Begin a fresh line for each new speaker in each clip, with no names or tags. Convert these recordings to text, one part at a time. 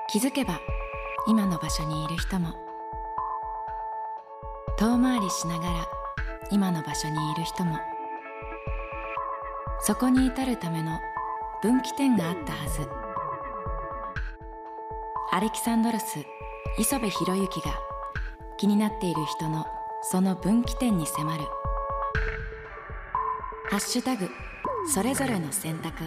気づけば今の場所にいる人も、遠回りしながら今の場所にいる人も、そこに至るための分岐点があったはず。アレキサンドロス磯部博之が気になっている人のその分岐点に迫る。ハッシュタグそれぞれの選択。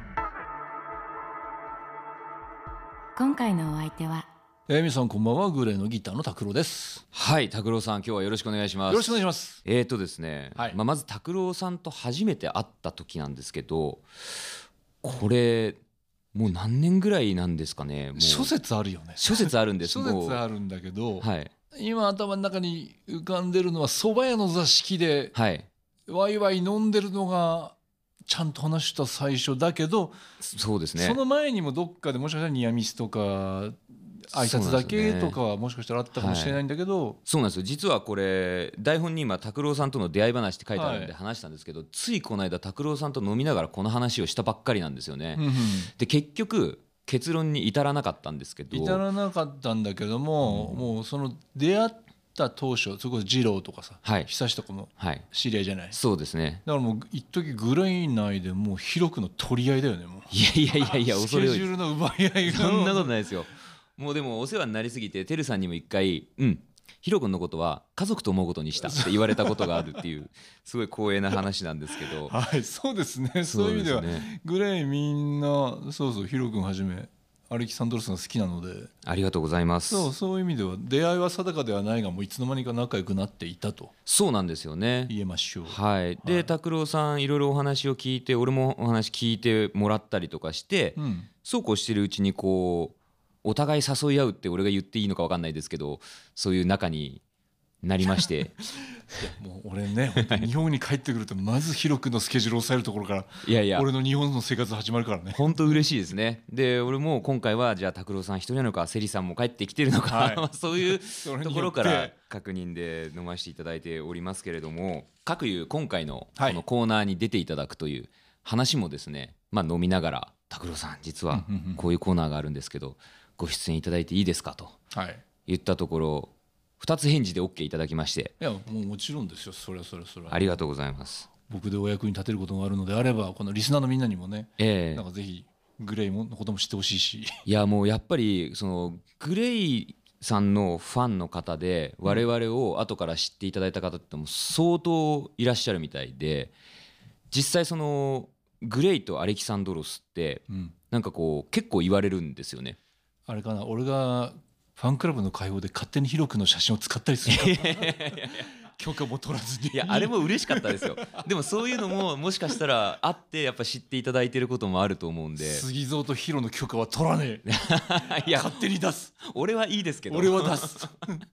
今回のお相手は
皆さんこんばんは。グレーのギターの拓郎です。
はい、拓郎さん今日はよろしくお願いします。
よろしくお願いします。
ですね、
はい、
まず拓郎さんと初めて会った時なんですけど、これもう何年ぐらいなんですかね。もう
諸説あるよね。
諸説あるんです。
諸説あるんだけど、
はい、
今頭の中に浮かんでるのは蕎麦屋の座敷で、
はい、
ワイワイ飲んでるのがちゃんと話した最初だけど、
そうですね。
その前にもどっかでもしかしたらニアミスとか挨拶だけとかはもしかしたらあったかもしれないんだけど、
そうなんですよ。実はこれ台本に今拓郎さんとの出会い話って書いてあるんで話したんですけど、ついこの間拓郎さんと飲みながらこの話をしたばっかりなんですよね。で結局結論に至らなかったんですけど、
至らなかったんだけども、もうその出会った当初、それこそ二郎とかさ、久しとかも知り合いじゃない。
そうですね。
だからもう一時グレイ内でもう広くの取り合いだよね。もう
いや恐れ多い。
スケジュールの奪い合いが
そんなことないですよ。もうでもお世話になりすぎて、てるさんにも一回ヒロ君のことは家族と思うことにしたって言われたことがあるっていうすごい光栄な話なんですけど
はい、そうですね。そういう意味ではグレイみんなそうヒロ君はじめアレキサンドロスが好きなので、
ありがとうございます。
そういう意味では出会いは定かではないが、もういつの間にか仲良くなっていたと。
そうなんですよね。
言えましょう。
はい。で拓郎さんいろいろお話を聞いて、俺もお話聞いてもらったりとかして、そうこうしてるうちにこうお互い誘い合うって俺が言っていいのか分かんないですけど、そういう仲になりまして。
いやもう俺ね、日本に帰ってくるとまずヒロ君のスケジュールを抑えるところから俺の日本の生活始まるからね。
本当嬉しいですね。で俺も今回はじゃあ拓郎さん一人なのかセリさんも帰ってきてるのか、そういうところから確認で飲ませていただいておりますけれども、各有今回のこのコーナーに出ていただくという話もですね、飲みながら拓郎さん実はこういうコーナーがあるんですけどご出演いただいていいですかと言ったところ、2つ返事で OK いただきまして。
いやもちろんですよ。それは
ありがとうございます。
僕でお役に立てることがあるのであれば、このリスナーのみんなにもね、なんかぜひグレイのことも知ってほしいし。
いやもうやっぱりそのグレイさんのファンの方で我々を後から知っていただいた方っても相当いらっしゃるみたいで、実際そのグレイとアレキサンドロスってなんかこう結構言われるんですよね。
あれかな、俺がファンクラブの会合で勝手にヒロ君の写真を使ったりする許可も取らずに。
いやあれも嬉しかったですよ。でもそういうのももしかしたらあってやっぱ知っていただいてることもあると思うんで、
杉蔵とヒロの許可は取らねえ。いや勝手に出す。
俺はいいですけど。
俺は出す。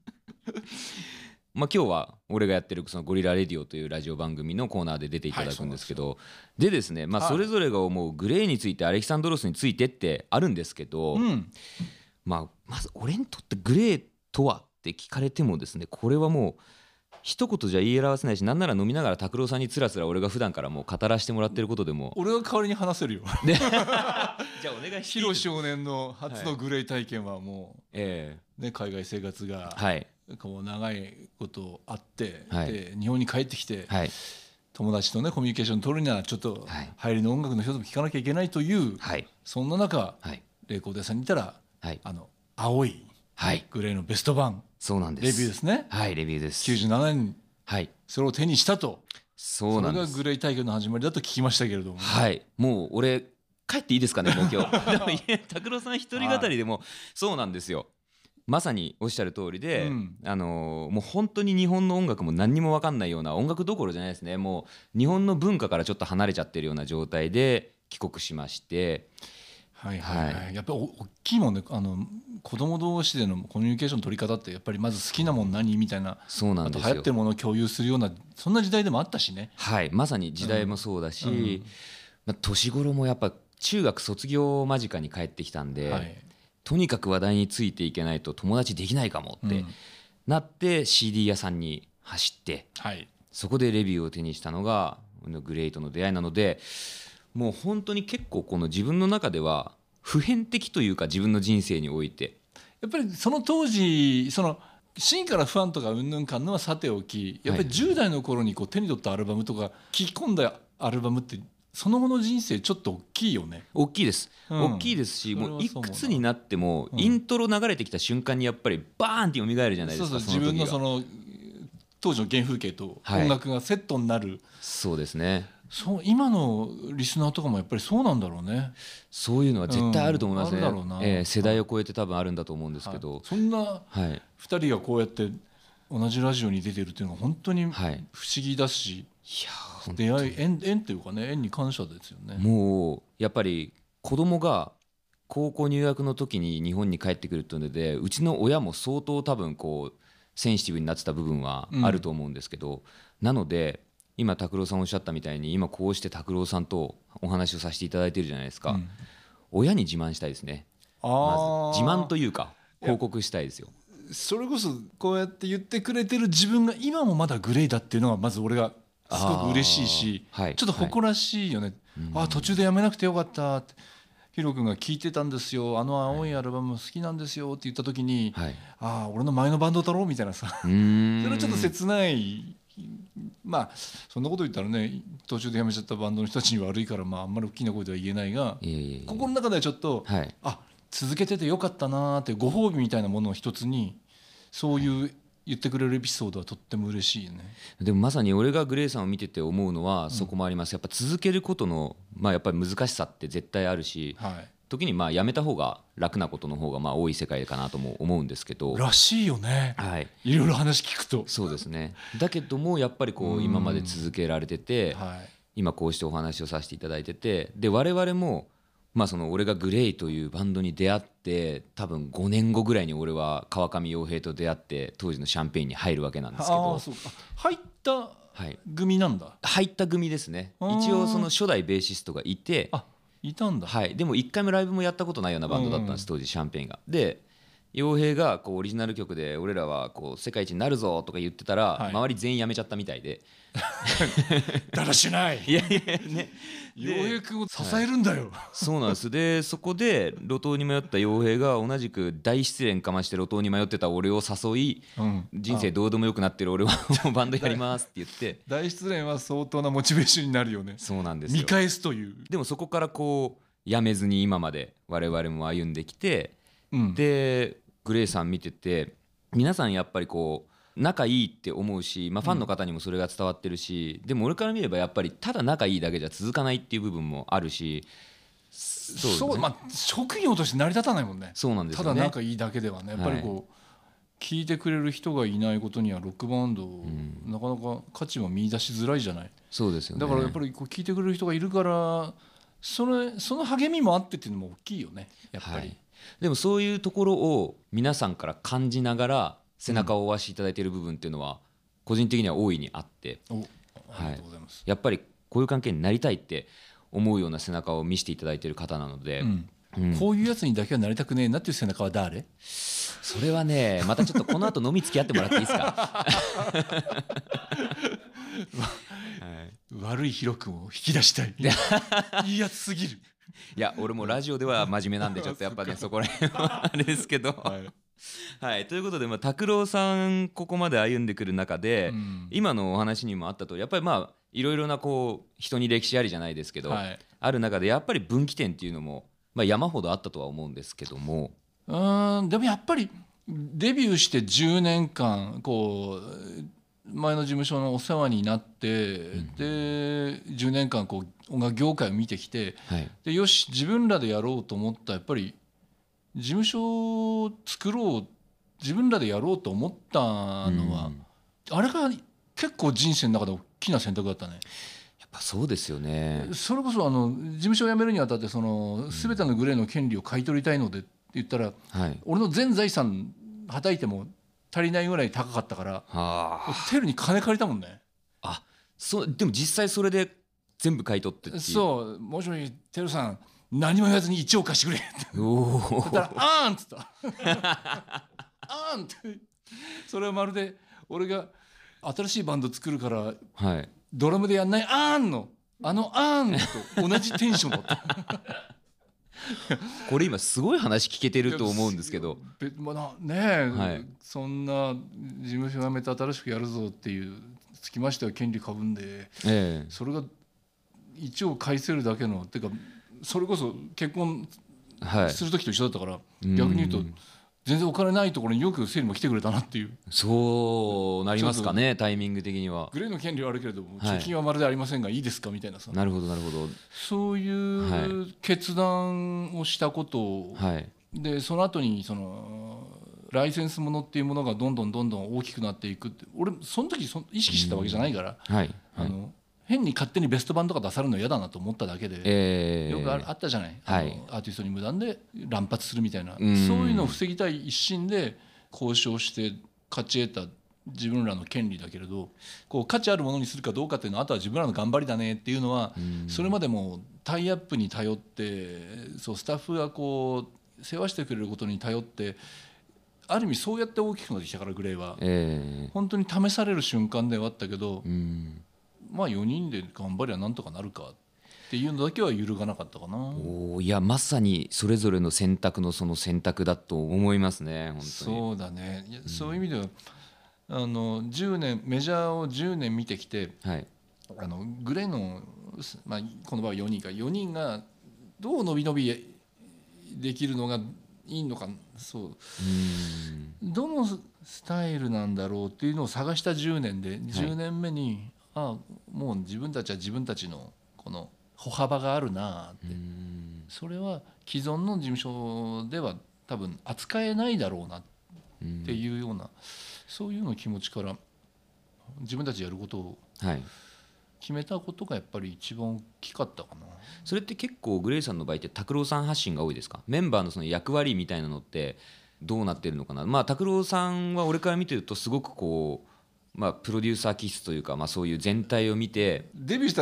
今日は俺がやってるそのゴリラレディオというラジオ番組のコーナーで出ていただくんですけど、でですね、それぞれが思うグレイについてアレキサンドロスについてってあるんですけど、まず俺にとってグレーとはって聞かれてもですね、これはもう一言じゃ言い表せないし、なんなら飲みながら拓郎さんにつらつら俺が普段からもう語らせてもらってることでも、
俺が代わりに話せるよ。
じゃあお願いしていいですか。
ヒロ少年の初のグレイ体験はもう、海外生活がこう長いことあって、で日本に帰ってきて、友達とねコミュニケーション取るにはちょっと流行りの音楽の一つも聴かなきゃいけないという、そんな中、レコード屋さんにいたら、青いグレーのベスト版、
そうなんです。
レビューですね。
はい、レビューです。
97年にそれを手にしたと。
そうなんです。
それがグレイ体験の始まりだと聞きましたけれども、
もう俺帰っていいですかね、もう今日。でも拓郎さん一人語りでもそうなんですよ。まさにおっしゃる通りで、もう本当に日本の音楽も何にも分かんないような、音楽どころじゃないですね、もう日本の文化からちょっと離れちゃってるような状態で帰国しまして、
やっぱり大きいもんね。子供同士でのコミュニケーションの取り方ってやっぱりまず好きなもん何みたいな、
そうなんですよ。
あと流行ってるものを共有するような、そんな時代でもあったしね。
まさに時代もそうだし、年頃もやっぱ中学卒業間近に帰ってきたんで、とにかく話題についていけないと友達できないかもってなって CD 屋さんに走って、そこでレビューを手にしたのがグレイとの出会いなので、もう本当に結構この自分の中では普遍的というか自分の人生において
やっぱりその当時真からファンとかうんぬんかんのはさておき、やっぱり10代の頃にこう手に取ったアルバムとか聴き込んだアルバムってその後の人生ちょっと大きいよね。
大きいです、大きいですし、もういくつになってもイントロ流れてきた瞬間にやっぱりバーンって蘇るじゃないですか。
自分の当時の原風景と音楽がセットになる、
そうですね。
今のリスナーとかもやっぱりそうなんだろうね。
そういうのは絶対あると思いますね、世代を超えて多分あるんだと思うんですけど、
そんな2人がこうやって同じラジオに出てるっていうのは本当に不思議だし、出会い縁っていうかね、縁に感謝ですよね。
もうやっぱり子供が高校入学の時に日本に帰ってくるっていうので、うちの親も相当多分こうセンシティブになってた部分はあると思うんですけど、なので今拓郎さんおっしゃったみたいに、今こうして拓郎さんとお話をさせていただいてるじゃないですか、親に自慢したいですね。まず自慢というか報告したいですよ。
それこそこうやって言ってくれてる自分が今もまだグレイだっていうのがまず俺がすごく嬉しいし、ちょっと誇らしいよね、途中でやめなくてよかったって、ヒロ君が聴いてたんですよ、青いアルバム好きなんですよって言った時に、俺の前のバンドだろうみたいなさ、それはちょっと切ない。そんなこと言ったらね、途中で辞めちゃったバンドの人たちに悪いから、あんまり大きな声では言えないが、心の中ではちょっと、続けててよかったなってご褒美みたいなものの一つに、そういう言ってくれるエピソードはとっても嬉しいよね。
でもまさに俺がグレイさんを見てて思うのはそこもあります。やっぱ続けることの、やっぱり難しさって絶対あるし、時にやめた方が楽なことの方が多い世界かなとも思うんですけど。
らしいよね、いろいろ話聞くと。
そうですね。だけどもやっぱりこう今まで続けられてて、今こうしてお話をさせていただいてて、で我々もその俺がグレイというバンドに出会って多分5年後ぐらいに俺は川上洋平と出会って当時のシャンペーンに入るわけなんですけど。
そうか、入った組なんだ。
入った組ですね。一応その初代ベーシストがいて、
いたんだ。
でも1回もライブもやったことないようなバンドだったんです、当時シャンペーンが。で洋平がこうオリジナル曲で俺らはこう世界一になるぞとか言ってたら、周り全員辞めちゃったみたいで
だらしない。
いやね、
洋平君を支えるんだよ、
そうなんです。でそこで路頭に迷った洋平が同じく大失恋かまして路頭に迷ってた俺を誘い、人生どうでもよくなってる俺はバンドやりますって言って
大失恋は相当なモチベーションになるよね。
そうなんですよ。
見返すという。
でもそこからこうやめずに今まで我々も歩んできて、でグレイさん見てて皆さんやっぱりこう仲いいって思うし、ファンの方にもそれが伝わってるし、でも俺から見ればやっぱりただ仲いいだけじゃ続かないっていう部分もあるし、
職業として成り立たないもんね。
そうなんですよね。
ただ仲いいだけではね、やっぱりこう聞いてくれる人がいないことにはロックバンド、なかなか価値は見出しづらいじゃない。
そうですよね。
だからやっぱりこう聞いてくれる人がいるからその励みもあってっていうのも大きいよね、やっぱり。
でもそういうところを皆さんから感じながら背中を追わせていただいている部分っていうのは個人的には大いにあって、
ありがとうございます。
やっぱりこういう関係になりたいって思うような背中を見せていただいている方なので、
こういうやつにだけはなりたくねえなっていう背中は誰？
それはね、またちょっとこの後飲み付き合ってもらっていいですか
悪いヒロ君を引き出したいいいやつすぎる。
いや俺もラジオでは真面目なんでちょっとやっぱねそこら辺はあれですけどということで拓郎さんここまで歩んでくる中で、今のお話にもあったとおりやっぱりいろいろなこう人に歴史ありじゃないですけど、ある中でやっぱり分岐点っていうのも山ほどあったとは思うんですけども、
でもやっぱりデビューして10年間こう前の事務所のお世話になって、で10年間こう音楽業界を見てきて、でよし自分らでやろうと思ったやっぱり事務所を作ろう自分らでやろうと思ったのは、あれが結構人生の中で大きな選択だったね。
やっぱそうですよね。
それこそ事務所を辞めるにあたって全てのグレーの権利を買い取りたいのでって言ったら、俺の全財産はたいても足りないぐらい高かったからテルに金借りたもんね。
でも実際それで全部買い取ってっていう。
そうもしもしテルさん何も言わずに1億貸してくれって言ったらあーんっつったあーんって。それはまるで俺が新しいバンド作るから、ドラムでやんないあーんのあーんと同じテンションだった
これ今すごい話聞けてると思うんですけど、
まあね、そんな事務所辞めて新しくやるぞっていうつきましては権利株んで、それが一応返せるだけのっていうか、それこそ結婚する時と一緒だったから、逆に言うと全然お金ないところによく整理も来てくれたなっていう。
そうなりますかね、タイミング的には。
グレーの権利はあるけれども、貯金はまるでありませんがいいですかみたいなさ。
なるほどなるほど。
そういう決断をしたことを、でその後にそのライセンスものっていうものがどんどん大きくなっていくって、俺その時意識してたわけじゃないから、変に勝手にベスト版とか出されるの嫌だなと思っただけで、よくあったじゃない、アーティストに無断で乱発するみたいな、そういうのを防ぎたい一心で交渉して勝ち得た自分らの権利だけれど、こう価値あるものにするかどうかっていうのはあとは自分らの頑張りだねっていうのは、それまでもタイアップに頼って、そうスタッフがこう世話してくれることに頼って、ある意味そうやって大きくなってきたから、グレイは、本当に試される瞬間ではあったけど、まあ4人で頑張りゃなんとかなるかっていうのだけは揺るがなかったかな。
いやまさにそれぞれの選択のその選択だと思いますね、本当に。
そうだね、そういう意味では10年メジャーを10年見てきて、グレーの、この場合4人がどう伸び伸びできるのがいいのか、どのスタイルなんだろうっていうのを探した10年で、10年目にもう自分たちは自分たちのこの歩幅があるなって、それは既存の事務所では多分扱えないだろうなっていうような、そういうの気持ちから自分たちやることを決めたことがやっぱり一番大きかったかな。
それって結構グレイさんの場合って拓郎さん発信が多いですか？メンバーのその役割みたいなのってどうなってるのかな。拓郎さんは俺から見てるとすごくこう、プロデューサー気質というか、そういう全体を見て。
デビューした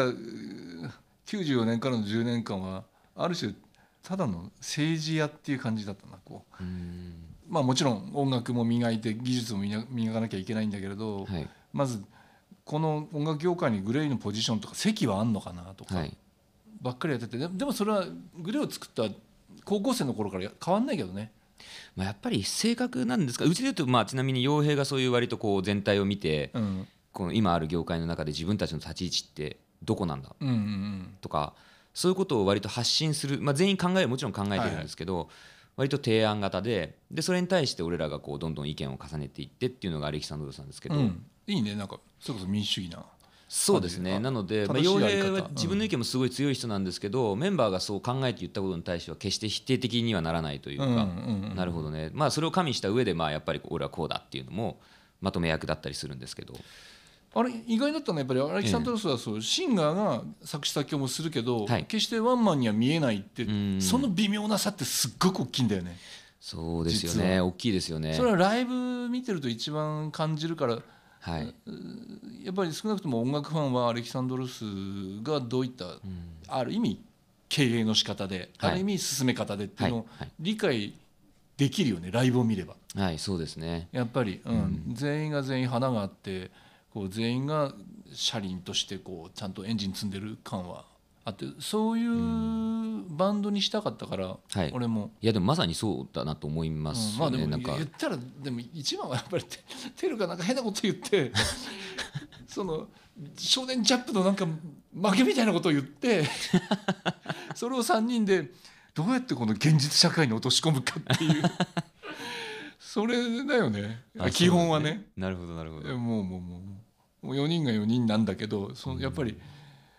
94年からの10年間はある種ただの政治家っていう感じだったな。もちろん音楽も磨いて技術も磨かなきゃいけないんだけれど、まずこの音楽業界にグレイのポジションとか席はあんのかなとかばっかりやってて、でもそれはグレイを作った高校生の頃から変わんないけどね。
やっぱり性格なんですか。うちでいうとちなみに陽平がそういう割とこう全体を見て、この今ある業界の中で自分たちの立ち位置ってどこなんだとか、そういうことを割と発信する、全員もちろん考えてるんですけど、割と提案型で、それに対して俺らがこうどんどん意見を重ねていってっていうのがアレキサンドロさんですけど、
いいね、なんかそれこそ民主主義な。
そうですね。なので陽平は自分の意見もすごい強い人なんですけど、メンバーがそう考えて言ったことに対しては決して否定的にはならないというか、なるほどね、それを加味した上でやっぱり俺はこうだっていうのもまとめ役だったりするんですけど、
あれ意外だったのはやっぱりアレキサンドロスはシンガーが作詞作曲もするけど、決してワンマンには見えないって、その微妙な差ってすっごく大きいんだよね。
そうですよね、大きいですよね。
それはライブ見てると一番感じるから、やっぱり少なくとも音楽ファンはアレキサンドロスがどういった、ある意味経営の仕方で、ある意味進め方でっていうのを理解できるよね、ライブを見れば。
そうですね。
やっぱり、全員が全員花があって、こう全員が車輪としてこうちゃんとエンジン積んでる感はあって、そういうバンドにしたかったから、俺も。
いやでもまさにそうだなと思いますよね。
でも言ったらでも一番はやっぱりテルがなんか変なこと言ってその少年ジャップのなんか負けみたいなことを言ってそれを3人でどうやってこの現実社会に落とし込むかっていうそれだよね、基本はね。
なるほどなるほど。
もう4人が4人なんだけど、やっぱり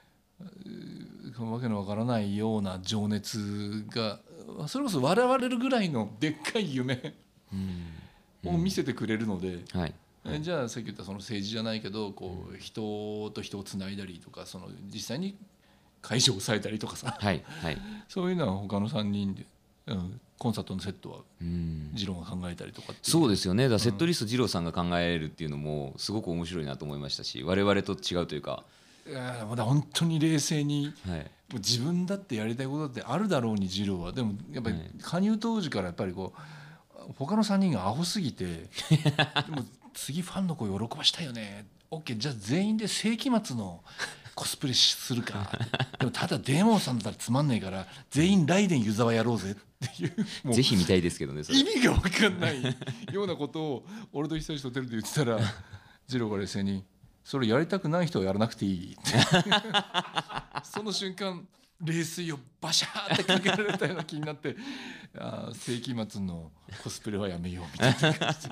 わけのわからないような情熱が、それこそ笑われるぐらいのでっかい夢を見せてくれるので、じゃあさっき言ったその政治じゃないけど、こう人と人をつないだりとか、その実際に会場を抑えたりとかさ、そういうのは他の3人で、コンサートのセットはジローが考えたりとかっていう。
そうですよね。だからセットリストジローさんが考えるっていうのもすごく面白いなと思いましたし、我々と違うというか、
まだ本当に冷静に、もう自分だってやりたいことだってあるだろうに、ジローは。でもやっぱり加入当時からやっぱりこう他の3人がアホすぎてでも次ファンの子を喜ばしたいよね、 OK じゃあ全員で世紀末のコスプレするかでもただデーモンさんだったらつまんないから全員ライデン湯沢やろうぜっていうもう
ぜひ見たいですけどね、それ
意味が分かんないようなことを俺と久石とテルで言ってたらジローが冷静にそれやりたくない人はやらなくていいってその瞬間冷水をバシャーってかけられたような気になって世紀末のコスプレはやめようみたいな感じ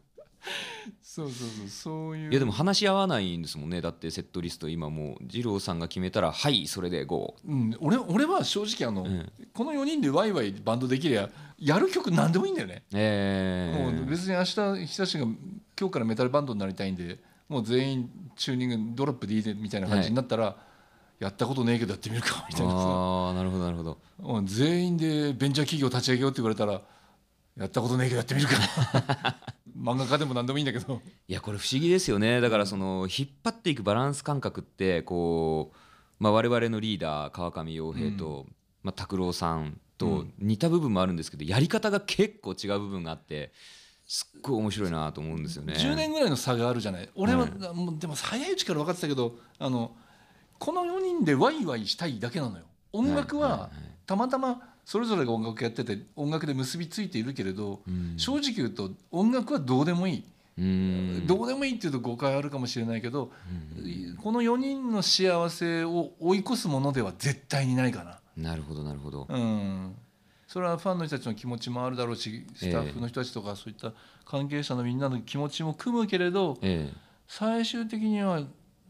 そういう。
いやでも話し合わないんですもんね。だってセットリスト今もう二郎さんが決めたらはいそれでゴ
ー、俺は正直この4人でワイワイバンドできりゃやる曲何でもいいんだよね。もう別に明日久しが今日からメタルバンドになりたいんでもう全員チューニングドロップでいいみたいな感じになったら、やったことねえけどやってみるかみたいなさ。
なるほどなるほど。
全員でベンチャー企業立ち上げようって言われたらやったことねえけどやってみるか漫画家でも何でもいいんだけど。
いやこれ不思議ですよね。だからその引っ張っていくバランス感覚ってこう、我々のリーダー川上洋平と、拓郎さんと似た部分もあるんですけど、やり方が結構違う部分があってすっごい面白いなと思うんですよね。
10年ぐらいの差があるじゃない。俺は、もうでも早いうちから分かってたけどこの4人でワイワイしたいだけなのよ。音楽はたまたまそれぞれが音楽やってて音楽で結びついているけれど、正直言うと音楽はどうでもいい。どうでもいいっていうと誤解あるかもしれないけど、この4人の幸せを追い越すものでは絶対にないかな。
なるほどなるほど。
それはファンの人たちの気持ちもあるだろうし、スタッフの人たちとかそういった関係者のみんなの気持ちも組むけれど、最終的には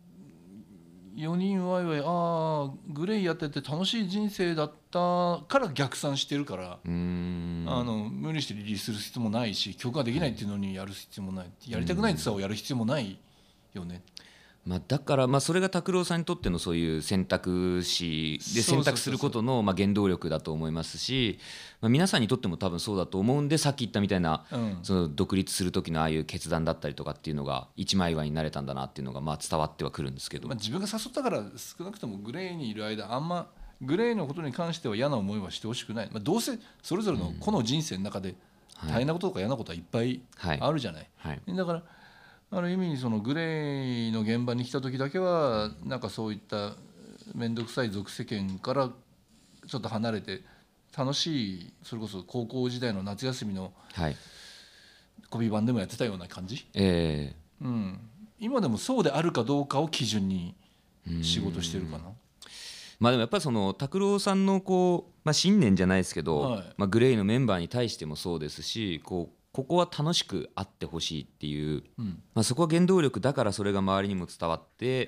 4人ワイワイグレイやってて楽しい人生だったから逆算してるから、無理してリリースする必要もないし、曲ができないっていうのにやる必要もない、やりたくないってさをやる必要もないよね。
だからそれが拓郎さんにとってのそういう選択肢で選択することの原動力だと思いますし、皆さんにとっても多分そうだと思うんで、さっき言ったみたいなその独立する時のああいう決断だったりとかっていうのが一枚岩になれたんだなっていうのが伝わってはくるんですけど、
自分が誘ったから少なくともグレーにいる間あんまグレーのことに関しては嫌な思いはしてほしくない。どうせそれぞれの個の人生の中で大変なこととか嫌なことはいっぱいあるじゃない。だからある意味そのグレーの現場に来た時だけはなんかそういった面倒くさい俗世間からちょっと離れて楽しい、それこそ高校時代の夏休みのコピー版でもやってたような感じ、今でもそうであるかどうかを基準に仕事してるかな。
でもやっぱりその拓郎さんの信念じゃないですけど、グレイのメンバーに対してもそうですし、ここは楽しくあってほしいっていう、そこは原動力だからそれが周りにも伝わって、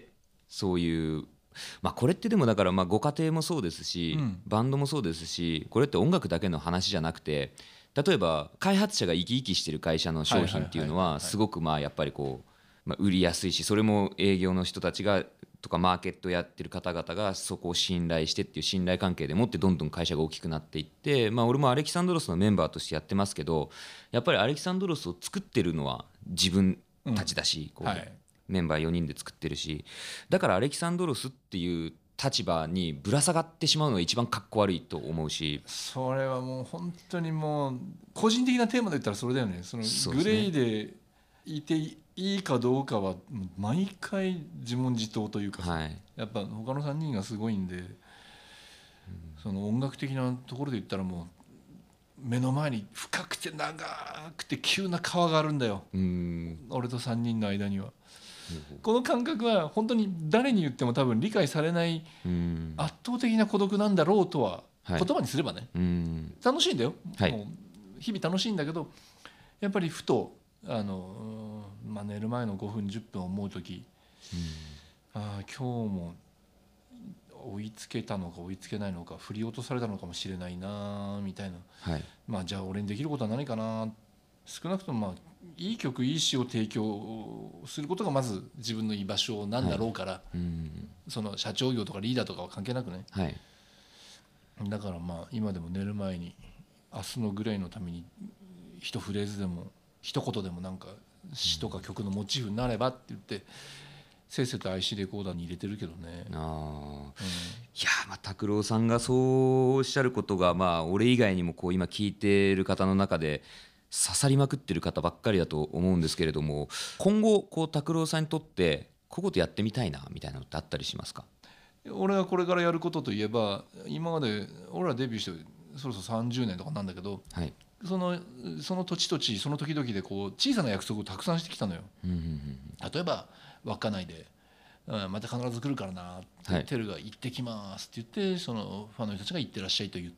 そういうこれってでもだからご家庭もそうですし、バンドもそうですし、これって音楽だけの話じゃなくて、例えば開発者が生き生きしてる会社の商品っていうのはすごくやっぱり売りやすいし、それも営業の人たちがとかマーケットやってる方々がそこを信頼してっていう信頼関係でもってどんどん会社が大きくなっていって、俺もアレキサンドロスのメンバーとしてやってますけど、やっぱりアレキサンドロスを作ってるのは自分たちだし、メンバー4人で作ってるし、だからアレキサンドロスっていう立場にぶら下がってしまうのが一番かっこ悪いと思うし、
それはもう本当にもう個人的なテーマで言ったらそれだよね。そのグレイでいていいかどうかは毎回自問自答というか、やっぱ他の3人がすごいんで、その音楽的なところで言ったらもう目の前に深くて長くて急な川があるんだよ、俺と3人の間には。この感覚は本当に誰に言っても多分理解されない圧倒的な孤独なんだろうとは言葉にすればね、楽しいんだよ、もう日々楽しいんだけど、やっぱりふと寝る前の5分10分思う時、今日も追いつけたのか追いつけないのか、振り落とされたのかもしれないなみたいな、じゃあ俺にできることは何かな、少なくともいい曲いい詩を提供することがまず自分の居場所なんだろうから、その社長業とかリーダーとかは関係なくね、だから今でも寝る前に明日のグレイのために一フレーズでも一言でもなんか詩とか曲のモチーフになればって言ってせっせと IC レコーダーに入れてるけどね。い
や拓郎さんがそうおっしゃることが俺以外にも今聞いてる方の中で刺さりまくってる方ばっかりだと思うんですけれども、今後拓郎さんにとってこういうことやってみたいなみたいなのってあったりしますか？
俺がこれからやることといえば、今まで俺らデビューしてそろそろ30年とかなんだけど、はい、その土地土地その時々でこう小さな約束をたくさんしてきたのよ。例えば稚内で、また必ず来るからなって、はい、テルが行ってきますって言って、そのファンの人たちが行ってらっしゃいと言った、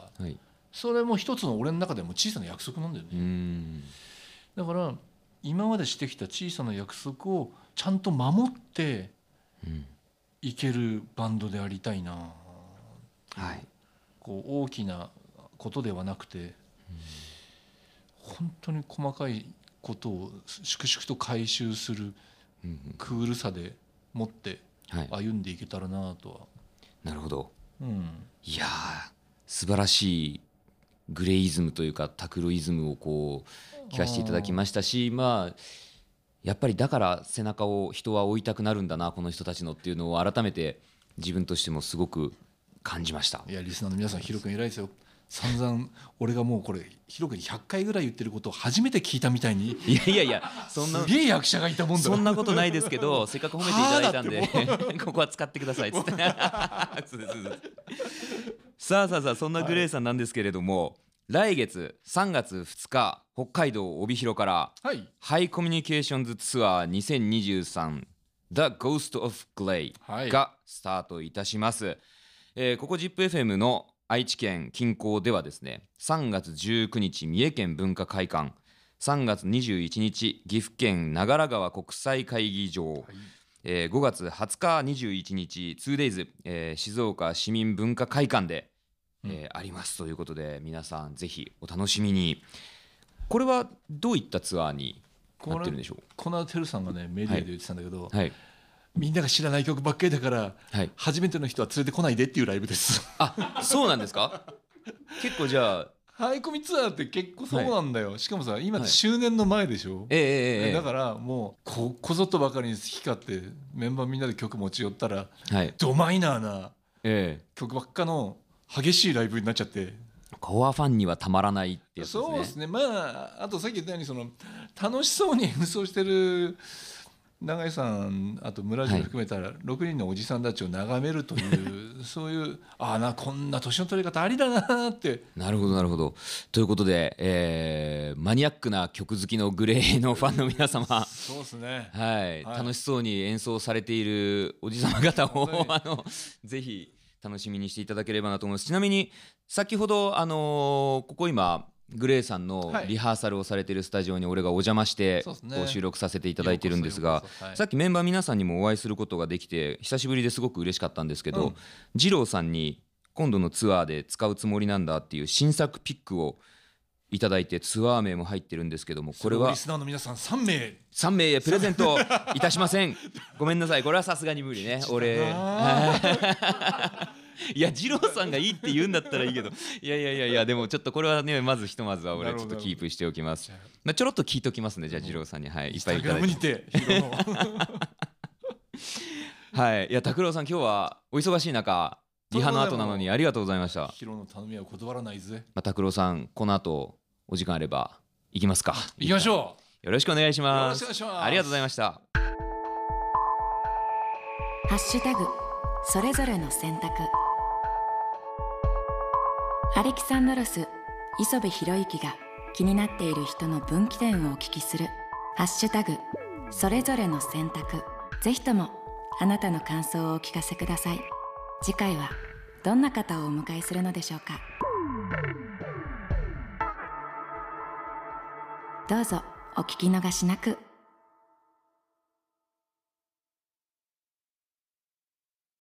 はい、それも一つの俺の中でも小さな約束なんだよね。だから今までしてきた小さな約束をちゃんと守っていけるバンドでありたいな、はい、こう大きなことではなくて、本当に細かいことを粛々と回収するクールさで持って歩んでいけたらなとは、
なるほど、いや素晴らしいグレイイズムというかタクロイズムをこう聞かせていただきましたし、まあやっぱりだから背中を人は追いたくなるんだなこの人たちのっていうのを改めて自分としてもすごく感じました。
いやリスナーの皆さん、ヒロ君偉いですよ。散々俺がもうこれヒロ君に100回ぐらい言ってることを初めて聞いたみたいに、
いやいやいや、そんな
すげえ役者がいたもんだ。
そんなことないですけど、せっかく褒めていただいたんでここは使ってくださいっつってさあそんなグレイさんなんですけれども、来月3月2日北海道帯広から、はい、ハイコミュニケーションズツアー2023 The Ghost of Glay がスタートいたします。ここ ZIPFM の愛知県近郊ではですね、3月19日三重県文化会館、3月21日岐阜県長良川国際会議場、はい、5月20日21日 2days、静岡市民文化会館で、ありますということで、皆さんぜひお楽しみに。これはどういったツアーになってるんでしょう。
このテルさんがねメディアで言ってたんだけど、はい、みんなが知らない曲ばっかりだから、はい、初めての人は連れてこないでっていうライブです。
あ、そうなんですか。結構じゃあ
ハイコミツアーって結構そうなんだよ、はい、しかもさ今って周年の前でしょ、だからもうこぞっとばかりに好き勝手メンバーみんなで曲持ち寄ったら、はい、ドマイナーな曲ばっかの激しいライブになっちゃって、
コアファンにはたまらないってやつですね。
そうですね。まああとさっき言ったようにその楽しそうに演奏してる永井さん、あと村地も含めたら6人のおじさんたちを眺めるという、そういうこんな年の取り方ありだなって。
なるほどなるほど。ということで、マニアックな曲好きのグレーのファンの皆様、
そうですね、
はい、楽しそうに演奏されているおじさま方をぜひ楽しみにしていただければなと思います。ちなみに先ほどここ今グレイさんのリハーサルをされているスタジオに俺がお邪魔してこう収録させていただいてるんですが、さっきメンバー皆さんにもお会いすることができて久しぶりですごく嬉しかったんですけど、二郎さんに今度のツアーで使うつもりなんだっていう新作ピックをいただいて、ツアー名も入ってるんですけども、これは
リスナーの皆さん3
名へプレゼントいたしません。ごめんなさい、これはさすがに無理ね俺いや二郎さんがいいって言うんだったらいいけど、いやでもちょっとこれはね、まずひとまずは俺ちょっとキープしておきます。ちょろっと聞いておきますね。じゃあ二郎さんに、はい、いっぱいいただいてはい、いや拓郎さん今日はお忙しい中リハの後なのにありがとうございました。
ヒロの頼みは断らないぜ。
拓郎さんこの後お時間あれば行きますか。
行きましょ
う。よろしくお願いします。
よろしくお願いします。
ありがとうございました。
ハッシュタグそれぞれの選択。アレキサンドロス磯部博之が気になっている人の分岐点をお聞きするハッシュタグそれぞれの選択。ぜひともあなたの感想をお聞かせください。次回はどんな方をお迎えするのでしょうか。どうぞお聞き逃しなく。